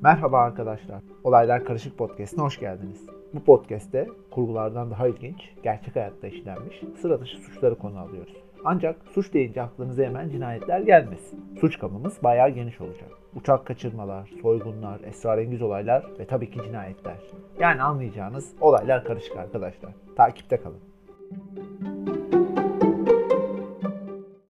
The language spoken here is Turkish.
Merhaba arkadaşlar. Olaylar Karışık Podcast'ine hoş geldiniz. Bu podcast'te kurgulardan daha ilginç, gerçek hayatta işlenmiş sıra dışı suçları konu alıyoruz. Ancak suç deyince aklınıza hemen cinayetler gelmesin. Suç gamımız bayağı geniş olacak. Uçak kaçırmalar, soygunlar, esrarengiz olaylar ve tabii ki cinayetler. Yani anlayacağınız olaylar karışık arkadaşlar. Takipte kalın.